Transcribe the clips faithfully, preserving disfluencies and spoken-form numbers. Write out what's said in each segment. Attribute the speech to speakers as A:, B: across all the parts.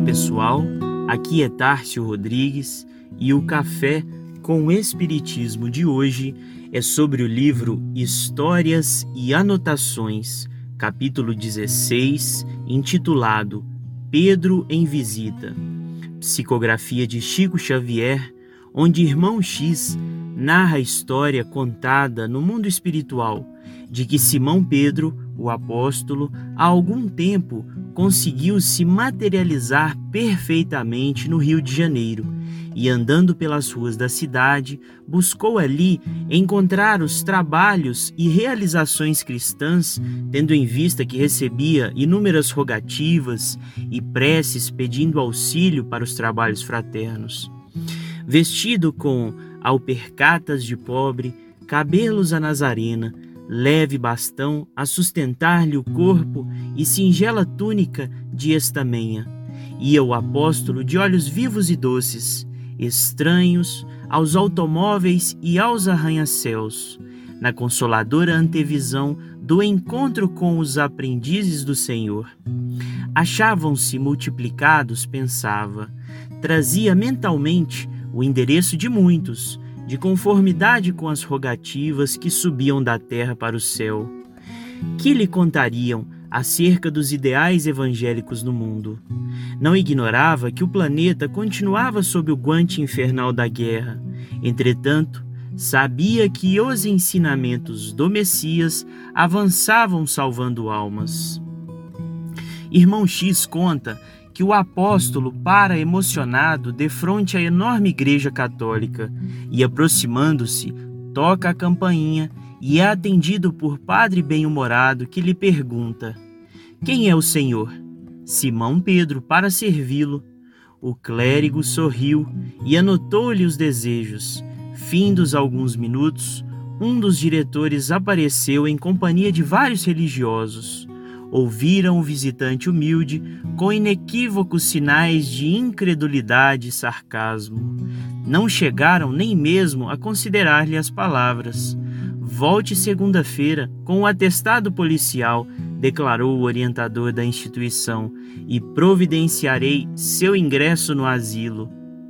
A: pessoal, aqui é Tárcio Rodrigues e o Café com o Espiritismo de hoje é sobre o livro Histórias e Anotações, capítulo dezesseis, intitulado Pedro em Visita, psicografia de Chico Xavier, onde Irmão X narra a história contada no mundo espiritual de que Simão Pedro, o apóstolo, há algum tempo conseguiu se materializar perfeitamente no Rio de Janeiro e, andando pelas ruas da cidade, buscou ali encontrar os trabalhos e realizações cristãs, tendo em vista que recebia inúmeras rogativas e preces pedindo auxílio para os trabalhos fraternos. Vestido com alpercatas de pobre, cabelos à nazarena, leve bastão a sustentar-lhe o corpo e singela túnica de estamenha, ia o apóstolo de olhos vivos e doces, estranhos aos automóveis e aos arranha-céus, na consoladora antevisão do encontro com os aprendizes do Senhor. Achavam-se multiplicados, pensava, trazia mentalmente o endereço de muitos, de conformidade com as rogativas que subiam da terra para o céu. Que lhe contariam acerca dos ideais evangélicos no mundo? Não ignorava que o planeta continuava sob o guante infernal da guerra. Entretanto, sabia que os ensinamentos do Messias avançavam salvando almas. Irmão X conta que o apóstolo para emocionado defronte a enorme igreja católica e, aproximando-se, toca a campainha e é atendido por padre bem-humorado que lhe pergunta: quem é o Senhor? Simão Pedro, para servi-lo. O clérigo sorriu e anotou-lhe os desejos. Findos alguns minutos, um dos diretores apareceu em companhia de vários religiosos. Ouviram o visitante humilde com inequívocos sinais de incredulidade e sarcasmo. Não chegaram nem mesmo a considerar-lhe as palavras. Volte segunda-feira com o atestado policial, declarou o orientador da instituição, e providenciarei seu ingresso no asilo.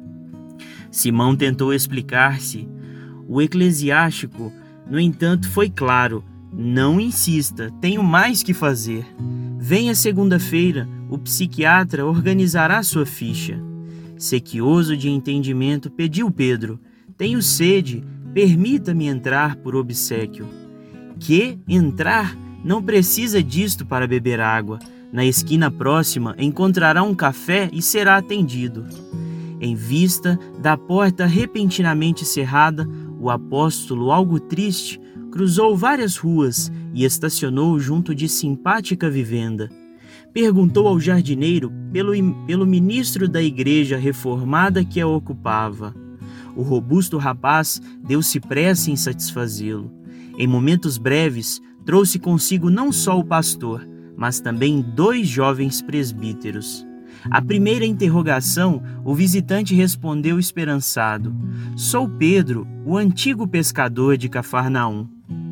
A: Simão tentou explicar-se. O eclesiástico, no entanto, foi claro: não insista, tenho mais que fazer. Venha segunda-feira, o psiquiatra organizará sua ficha. Sequioso de entendimento, pediu Pedro: tenho sede, permita-me entrar por obséquio. Que entrar? Não precisa disto para beber água. Na esquina próxima encontrará um café e será atendido. Em vista da porta repentinamente cerrada, o apóstolo, algo triste, cruzou várias ruas e estacionou junto de simpática vivenda. Perguntou ao jardineiro pelo, pelo ministro da igreja reformada que a ocupava. O robusto rapaz deu-se pressa em satisfazê-lo. Em momentos breves, trouxe consigo não só o pastor, mas também dois jovens presbíteros. À primeira interrogação, o visitante respondeu esperançado: sou Pedro, o antigo pescador de Cafarnaum.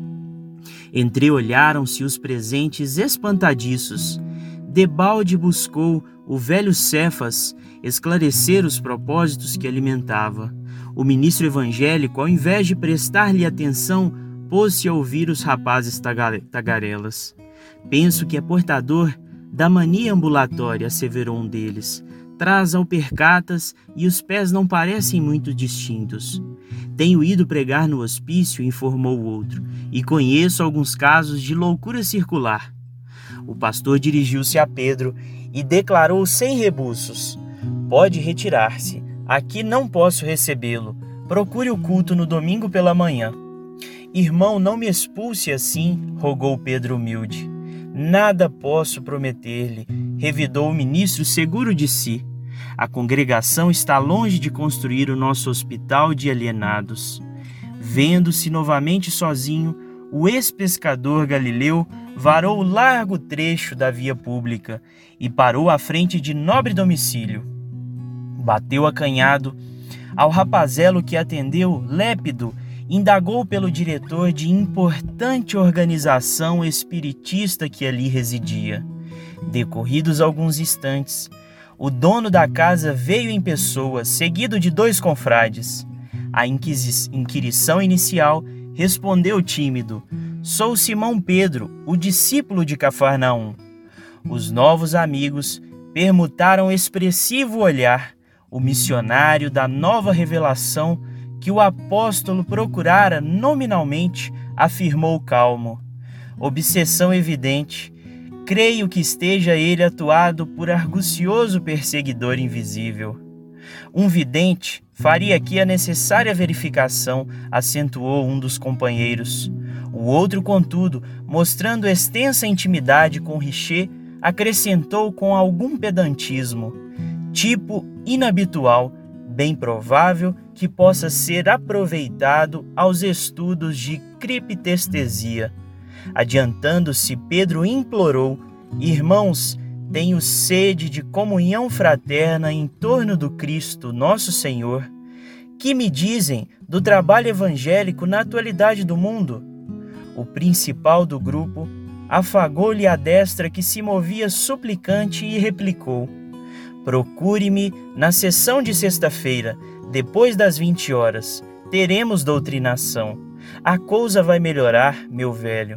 A: Entreolharam-se os presentes espantadiços. Debalde buscou o velho Cefas esclarecer os propósitos que alimentava. O ministro evangélico, ao invés de prestar-lhe atenção, pôs-se a ouvir os rapazes tagarelas. Penso que é portador da mania ambulatória, asseverou um deles. Traz alpercatas e os pés não parecem muito distintos. Tenho ido pregar no hospício, informou o outro, e conheço alguns casos de loucura circular. O pastor dirigiu-se a Pedro e declarou sem rebuços: pode retirar-se, aqui não posso recebê-lo. Procure o culto no domingo pela manhã. Irmão, não me expulse assim, rogou Pedro humilde. Nada posso prometer-lhe, revidou o ministro seguro de si. A congregação está longe de construir o nosso hospital de alienados. Vendo-se novamente sozinho, o ex-pescador galileu varou o largo trecho da via pública e parou à frente de nobre domicílio. Bateu acanhado. Ao rapazelo que atendeu, lépido, indagou pelo diretor de importante organização espiritista que ali residia. Decorridos alguns instantes, O dono da casa veio em pessoa, seguido de dois confrades. À inquisi- inquirição inicial, respondeu tímido: "Sou Simão Pedro, o discípulo de Cafarnaum." Os novos amigos permutaram expressivo olhar. O missionário da nova revelação que o apóstolo procurara nominalmente afirmou calmo: "Obsessão evidente. Creio que esteja ele atuado por argucioso perseguidor invisível." "Um vidente faria aqui a necessária verificação", acentuou um dos companheiros. O outro, contudo, mostrando extensa intimidade com Richer, acrescentou com algum pedantismo: "Tipo inabitual, bem provável que possa ser aproveitado aos estudos de criptestesia." Adiantando-se, Pedro implorou: "Irmãos, tenho sede de comunhão fraterna em torno do Cristo, nosso Senhor. Que me dizem do trabalho evangélico na atualidade do mundo?" O principal do grupo afagou-lhe a destra que se movia suplicante e replicou: "Procure-me na sessão de sexta-feira, depois das vinte horas. Teremos doutrinação. A coisa vai melhorar, meu velho."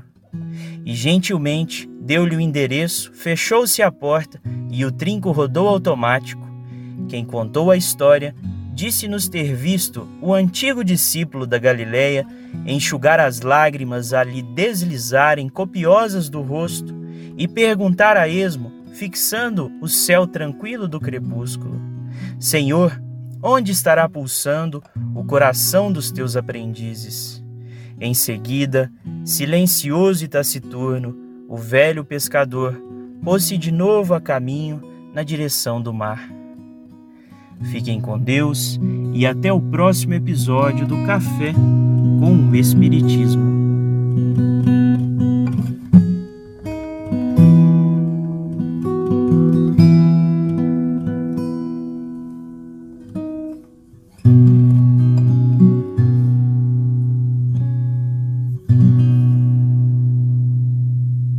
A: E gentilmente deu-lhe o endereço, fechou-se a porta e o trinco rodou automático. Quem contou a história disse-nos ter visto o antigo discípulo da Galileia enxugar as lágrimas a lhe deslizarem copiosas do rosto e perguntar a esmo, fixando o céu tranquilo do crepúsculo: "Senhor, onde estará pulsando o coração dos teus aprendizes?" Em seguida, silencioso e taciturno, o velho pescador pôs-se de novo a caminho na direção do mar. Fiquem com Deus e até o próximo episódio do Café com o Espiritismo.